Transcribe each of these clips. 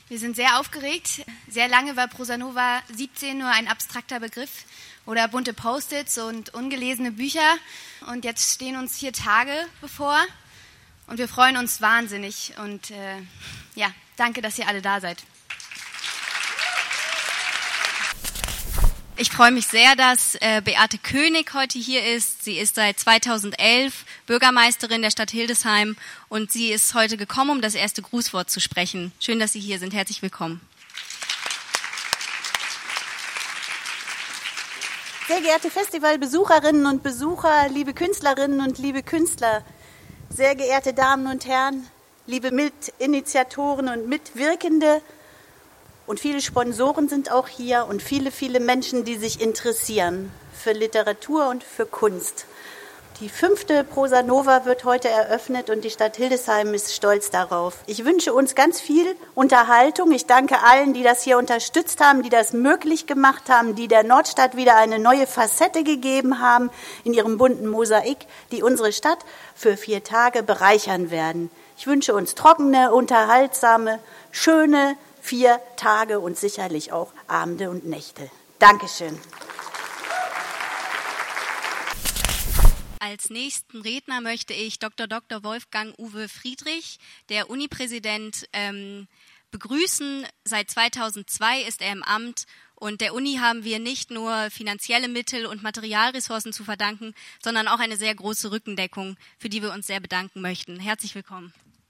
Wir sind sehr aufgeregt. Sehr lange war Prosa Nova 17 nur ein abstrakter Begriff oder bunte Post-its und ungelesene Bücher. Und jetzt stehen uns 4 Tage bevor und wir freuen uns wahnsinnig. Und danke, dass ihr alle da seid. Ich freue mich sehr, dass Beate König heute hier ist. Sie ist seit 2011 Bürgermeisterin der Stadt Hildesheim und sie ist heute gekommen, um das erste Grußwort zu sprechen. Schön, dass Sie hier sind. Herzlich willkommen. Sehr geehrte Festivalbesucherinnen und Besucher, liebe Künstlerinnen und liebe Künstler, sehr geehrte Damen und Herren, liebe Mitinitiatoren und Mitwirkende, und viele Sponsoren sind auch hier und viele, viele Menschen, die sich interessieren für Literatur und für Kunst. Die 5. Prosa Nova wird heute eröffnet und die Stadt Hildesheim ist stolz darauf. Ich wünsche uns ganz viel Unterhaltung. Ich danke allen, die das hier unterstützt haben, die das möglich gemacht haben, die der Nordstadt wieder eine neue Facette gegeben haben in ihrem bunten Mosaik, die unsere Stadt für 4 Tage bereichern werden. Ich wünsche uns trockene, unterhaltsame, schöne 4 Tage und sicherlich auch Abende und Nächte. Dankeschön. Als nächsten Redner möchte ich Dr. Wolfgang Uwe Friedrich, der Uni-Präsident, begrüßen. Seit 2002 ist er im Amt und der Uni haben wir nicht nur finanzielle Mittel und Materialressourcen zu verdanken, sondern auch eine sehr große Rückendeckung, für die wir uns sehr bedanken möchten. Herzlich willkommen.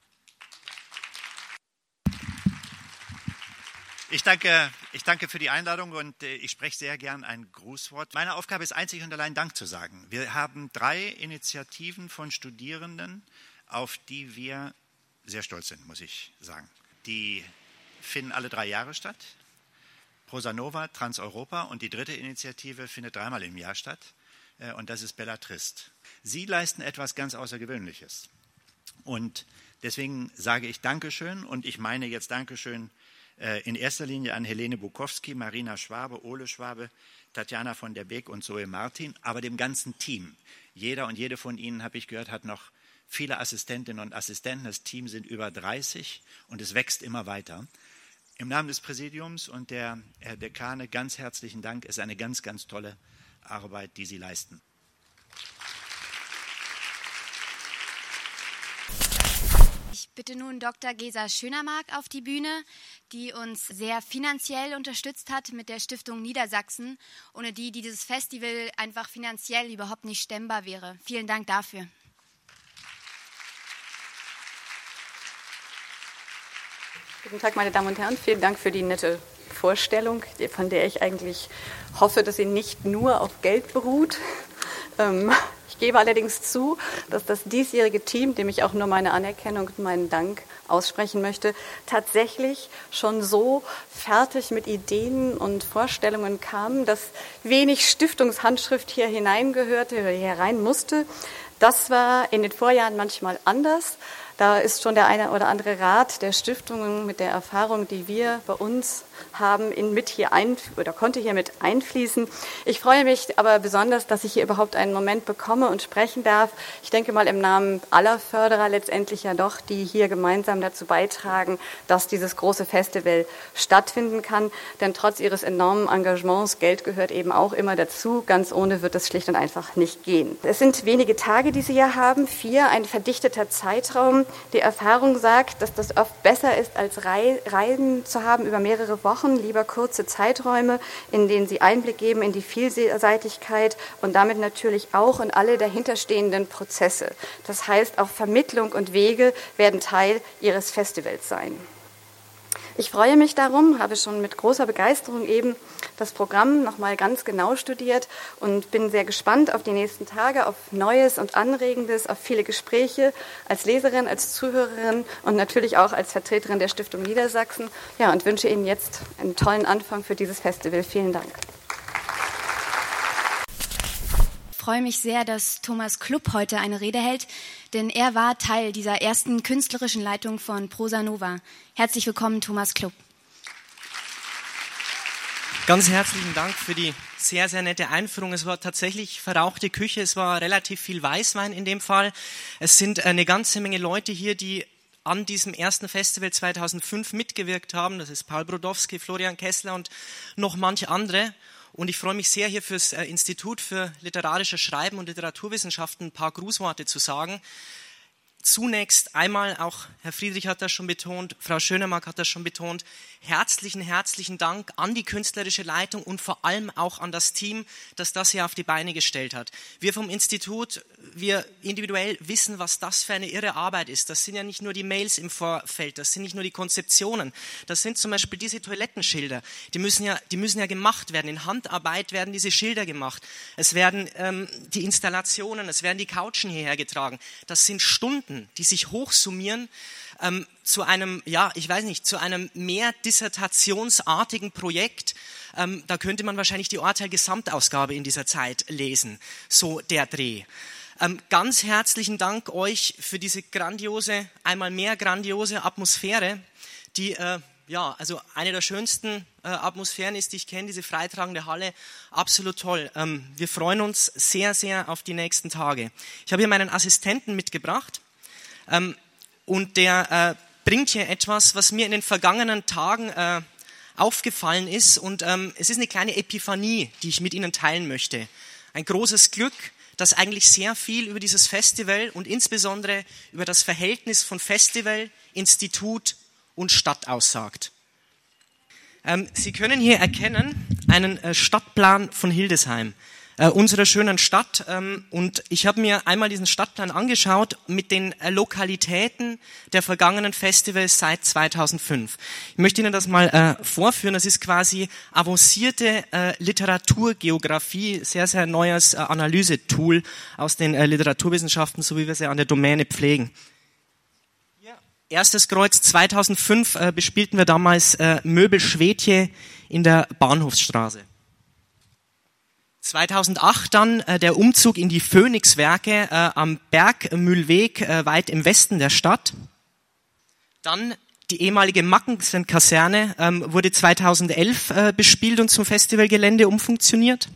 Ich danke für die Einladung und ich spreche sehr gern ein Grußwort. Meine Aufgabe ist einzig und allein Dank zu sagen. Wir haben 3 Initiativen von Studierenden, auf die wir sehr stolz sind, muss ich sagen. Die finden alle 3 Jahre statt. Prosa Nova, Transeuropa, und die 3. Initiative findet 3-mal im Jahr statt und das ist Bellatrist. Sie leisten etwas ganz Außergewöhnliches und deswegen sage ich Dankeschön und ich meine jetzt Dankeschön in erster Linie an Helene Bukowski, Marina Schwabe, Ole Schwabe, Tatjana von der Beek und Zoe Martin, aber dem ganzen Team. Jeder und jede von Ihnen, habe ich gehört, hat noch viele Assistentinnen und Assistenten. Das Team sind über 30 und es wächst immer weiter. Im Namen des Präsidiums und der Herr Dekane ganz herzlichen Dank. Es ist eine ganz, ganz tolle Arbeit, die Sie leisten. Ich bitte nun Dr. Gesa Schönermark auf die Bühne, die uns sehr finanziell unterstützt hat mit der Stiftung Niedersachsen, ohne die dieses Festival einfach finanziell überhaupt nicht stemmbar wäre. Vielen Dank dafür. Guten Tag, meine Damen und Herren. Vielen Dank für die nette Vorstellung, von der ich eigentlich hoffe, dass sie nicht nur auf Geld beruht. Ich gebe allerdings zu, dass das diesjährige Team, dem ich auch nur meine Anerkennung und meinen Dank aussprechen möchte, tatsächlich schon so fertig mit Ideen und Vorstellungen kam, dass wenig Stiftungshandschrift hier hineingehörte oder hier rein musste. Das war in den Vorjahren manchmal anders. Da ist schon der eine oder andere Rat der Stiftungen mit der Erfahrung, die wir bei uns haben, konnte hier mit einfließen. Ich freue mich aber besonders, dass ich hier überhaupt einen Moment bekomme und sprechen darf. Ich denke mal im Namen aller Förderer letztendlich ja doch, die hier gemeinsam dazu beitragen, dass dieses große Festival stattfinden kann. Denn trotz ihres enormen Engagements, Geld gehört eben auch immer dazu. Ganz ohne wird es schlicht und einfach nicht gehen. Es sind wenige Tage, die Sie hier haben, 4, ein verdichteter Zeitraum. Die Erfahrung sagt, dass das oft besser ist, als Reisen zu haben über mehrere Wochen, lieber kurze Zeiträume, in denen Sie Einblick geben in die Vielseitigkeit und damit natürlich auch in alle dahinterstehenden Prozesse. Das heißt, auch Vermittlung und Wege werden Teil Ihres Festivals sein. Ich freue mich darum, habe schon mit großer Begeisterung eben das Programm nochmal ganz genau studiert und bin sehr gespannt auf die nächsten Tage, auf Neues und Anregendes, auf viele Gespräche als Leserin, als Zuhörerin und natürlich auch als Vertreterin der Stiftung Niedersachsen. Ja, und wünsche Ihnen jetzt einen tollen Anfang für dieses Festival. Vielen Dank. Ich freue mich sehr, dass Thomas Klupp heute eine Rede hält, denn er war Teil dieser ersten künstlerischen Leitung von Prosa Nova. Herzlich willkommen, Thomas Klupp. Ganz herzlichen Dank für die sehr, sehr nette Einführung. Es war tatsächlich verrauchte Küche, es war relativ viel Weißwein in dem Fall. Es sind eine ganze Menge Leute hier, die an diesem ersten Festival 2005 mitgewirkt haben. Das ist Paul Brodowski, Florian Kessler und noch manche andere. Und ich freue mich sehr, hier fürs Institut für literarisches Schreiben und Literaturwissenschaften ein paar Grußworte zu sagen. Zunächst einmal, auch Herr Friedrich hat das schon betont, Frau Schönemark hat das schon betont, herzlichen Dank an die künstlerische Leitung und vor allem auch an das Team, das das hier auf die Beine gestellt hat. Wir vom Institut, wir individuell wissen, was das für eine irre Arbeit ist. Das sind ja nicht nur die Mails im Vorfeld, das sind nicht nur die Konzeptionen, das sind zum Beispiel diese Toilettenschilder, die müssen ja gemacht werden, in Handarbeit werden diese Schilder gemacht, es werden die Installationen, es werden die Couchen hierher getragen, das sind Stunden, die sich hochsummieren zu einem, zu einem mehr dissertationsartigen Projekt. Da könnte man wahrscheinlich die Urteil-Gesamtausgabe in dieser Zeit lesen, so der Dreh. Ganz herzlichen Dank euch für diese einmal mehr grandiose Atmosphäre, die also eine der schönsten Atmosphären ist, die ich kenne, diese freitragende Halle, absolut toll. Wir freuen uns sehr, sehr auf die nächsten Tage. Ich habe hier meinen Assistenten mitgebracht. Und der bringt hier etwas, was mir in den vergangenen Tagen aufgefallen ist. Und es ist eine kleine Epiphanie, die ich mit Ihnen teilen möchte. Ein großes Glück, das eigentlich sehr viel über dieses Festival und insbesondere über das Verhältnis von Festival, Institut und Stadt aussagt. Sie können hier erkennen einen Stadtplan von Hildesheim. Unserer schönen Stadt, und ich habe mir einmal diesen Stadtplan angeschaut mit den Lokalitäten der vergangenen Festivals seit 2005. Ich möchte Ihnen das mal vorführen. Das ist quasi avancierte Literaturgeografie, sehr, sehr neues Analysetool aus den Literaturwissenschaften, so wie wir sie an der Domäne pflegen. Erstes Kreuz 2005 bespielten wir damals Möbel Schwedje in der Bahnhofsstraße. 2008 dann der Umzug in die Phoenix-Werke am Bergmühlweg weit im Westen der Stadt. Dann die ehemalige Mackensen-Kaserne wurde 2011 bespielt und zum Festivalgelände umfunktioniert.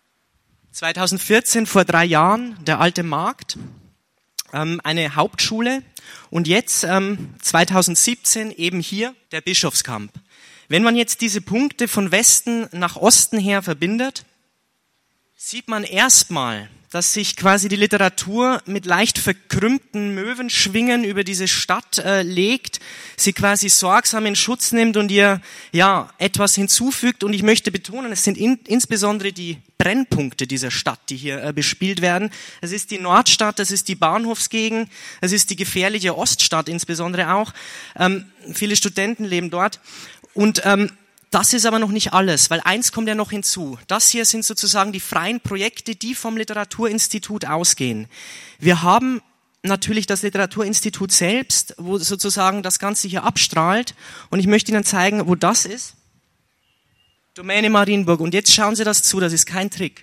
2014, vor 3 Jahren, der Alte Markt, eine Hauptschule und jetzt 2017 eben hier der Bischofskamp. Wenn man jetzt diese Punkte von Westen nach Osten her verbindet, sieht man erstmal, dass sich quasi die Literatur mit leicht verkrümmten Möwenschwingen über diese Stadt legt, sie quasi sorgsam in Schutz nimmt und ihr etwas hinzufügt. Und ich möchte betonen, es sind insbesondere die Brennpunkte dieser Stadt, die hier bespielt werden. Es ist die Nordstadt, es ist die Bahnhofsgegend, es ist die gefährliche Oststadt insbesondere auch. Viele Studenten leben dort und das ist aber noch nicht alles, weil eins kommt ja noch hinzu. Das hier sind sozusagen die freien Projekte, die vom Literaturinstitut ausgehen. Wir haben natürlich das Literaturinstitut selbst, wo sozusagen das Ganze hier abstrahlt. Und ich möchte Ihnen zeigen, wo das ist. Domäne Marienburg. Und jetzt schauen Sie das zu, das ist kein Trick.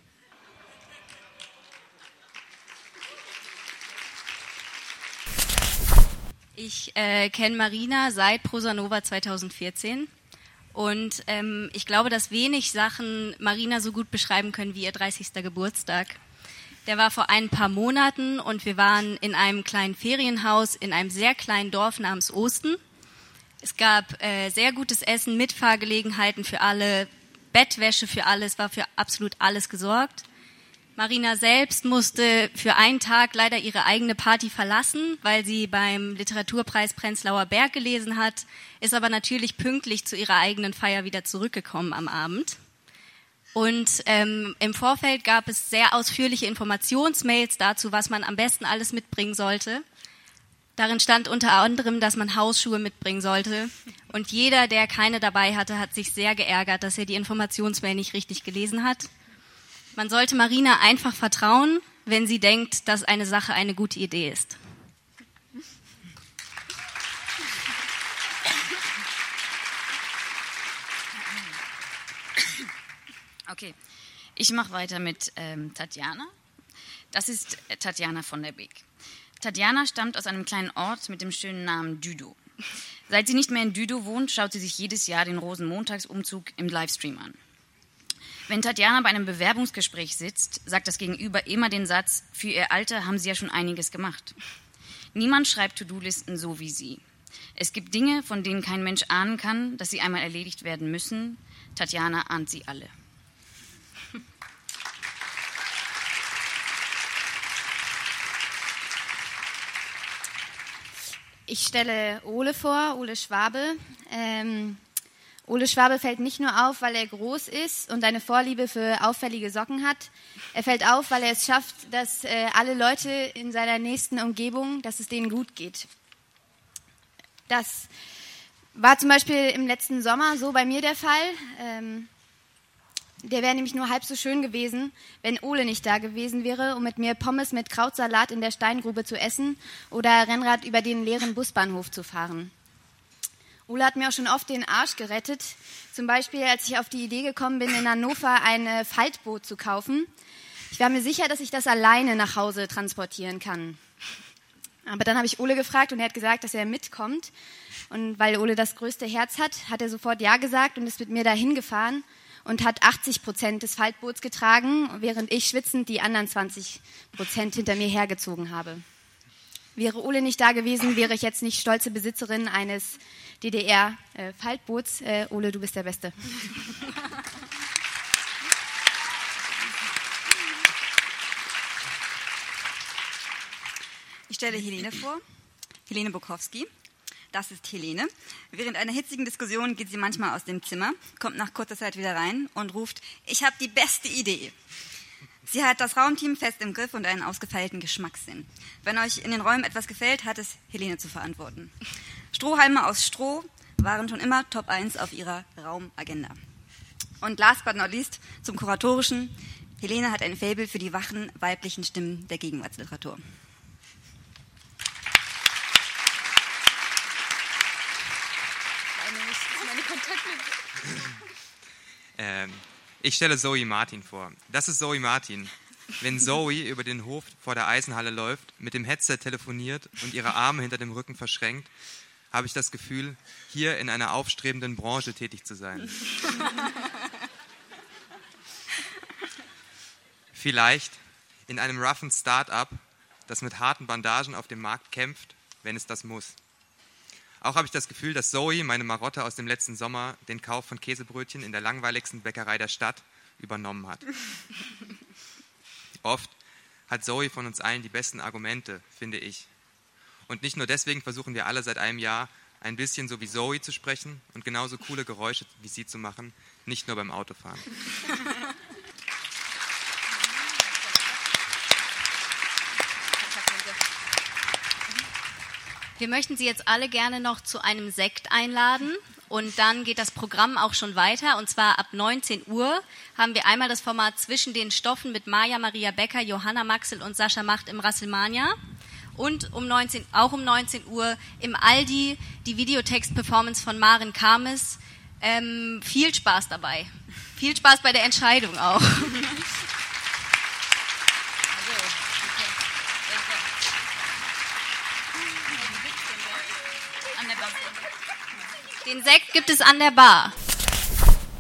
Ich kenne Marina seit Prosanova 2014. Und ich glaube, dass wenig Sachen Marina so gut beschreiben können wie ihr 30. Geburtstag. Der war vor ein paar Monaten und wir waren in einem kleinen Ferienhaus in einem sehr kleinen Dorf namens Osten. Es gab sehr gutes Essen, Mitfahrgelegenheiten für alle, Bettwäsche für alle, es war für absolut alles gesorgt. Marina selbst musste für einen Tag leider ihre eigene Party verlassen, weil sie beim Literaturpreis Prenzlauer Berg gelesen hat, ist aber natürlich pünktlich zu ihrer eigenen Feier wieder zurückgekommen am Abend. Und im Vorfeld gab es sehr ausführliche Informationsmails dazu, was man am besten alles mitbringen sollte. Darin stand unter anderem, dass man Hausschuhe mitbringen sollte. Und jeder, der keine dabei hatte, hat sich sehr geärgert, dass er die Informationsmail nicht richtig gelesen hat. Man sollte Marina einfach vertrauen, wenn sie denkt, dass eine Sache eine gute Idee ist. Okay, ich mache weiter mit Tatjana. Das ist Tatjana von der Beek. Tatjana stammt aus einem kleinen Ort mit dem schönen Namen Düdow. Seit sie nicht mehr in Düdow wohnt, schaut sie sich jedes Jahr den Rosenmontagsumzug im Livestream an. Wenn Tatjana bei einem Bewerbungsgespräch sitzt, sagt das Gegenüber immer den Satz, für ihr Alter haben sie ja schon einiges gemacht. Niemand schreibt To-Do-Listen so wie sie. Es gibt Dinge, von denen kein Mensch ahnen kann, dass sie einmal erledigt werden müssen. Tatjana ahnt sie alle. Ich stelle Ole vor, Ole Schwabe. Ole Schwabe fällt nicht nur auf, weil er groß ist und eine Vorliebe für auffällige Socken hat. Er fällt auf, weil er es schafft, dass alle Leute in seiner nächsten Umgebung, dass es denen gut geht. Das war zum Beispiel im letzten Sommer so bei mir der Fall. Der wäre nämlich nur halb so schön gewesen, wenn Ole nicht da gewesen wäre, um mit mir Pommes mit Krautsalat in der Steingrube zu essen oder Rennrad über den leeren Busbahnhof zu fahren. Ole hat mir auch schon oft den Arsch gerettet. Zum Beispiel, als ich auf die Idee gekommen bin, in Hannover ein Faltboot zu kaufen. Ich war mir sicher, dass ich das alleine nach Hause transportieren kann. Aber dann habe ich Ole gefragt und er hat gesagt, dass er mitkommt. Und weil Ole das größte Herz hat, hat er sofort Ja gesagt und ist mit mir dahin gefahren und hat 80% des Faltboots getragen, während ich schwitzend die anderen 20% hinter mir hergezogen habe. Wäre Ole nicht da gewesen, wäre ich jetzt nicht stolze Besitzerin eines DDR-Faltboots. Ole, du bist der Beste. Ich stelle Helene vor, Helene Bukowski. Das ist Helene. Während einer hitzigen Diskussion geht sie manchmal aus dem Zimmer, kommt nach kurzer Zeit wieder rein und ruft, ich habe die beste Idee. Sie hat das Raumteam fest im Griff und einen ausgefeilten Geschmackssinn. Wenn euch in den Räumen etwas gefällt, hat es Helene zu verantworten. Strohhalme aus Stroh waren schon immer Top 1 auf ihrer Raumagenda. Und last but not least zum Kuratorischen. Helene hat ein Faible für die wachen weiblichen Stimmen der Gegenwartsliteratur. Ich stelle Zoe Martin vor. Das ist Zoe Martin. Wenn Zoe über den Hof vor der Eisenhalle läuft, mit dem Headset telefoniert und ihre Arme hinter dem Rücken verschränkt, habe ich das Gefühl, hier in einer aufstrebenden Branche tätig zu sein. Vielleicht in einem roughen Start-up, das mit harten Bandagen auf dem Markt kämpft, wenn es das muss. Auch habe ich das Gefühl, dass Zoe, meine Marotte aus dem letzten Sommer, den Kauf von Käsebrötchen in der langweiligsten Bäckerei der Stadt übernommen hat. Oft hat Zoe von uns allen die besten Argumente, finde ich. Und nicht nur deswegen versuchen wir alle seit einem Jahr, ein bisschen so wie Zoe zu sprechen und genauso coole Geräusche wie sie zu machen, nicht nur beim Autofahren. Wir möchten Sie jetzt alle gerne noch zu einem Sekt einladen und dann geht das Programm auch schon weiter und zwar ab 19 Uhr haben wir einmal das Format Zwischen den Stoffen mit Maja Maria Becker, Johanna Maxel und Sascha Macht im Rasselmania und auch um 19 Uhr im Aldi die Videotext-Performance von Maren Kames. Viel Spaß dabei. Viel Spaß bei der Entscheidung auch. Den Sekt gibt es an der Bar.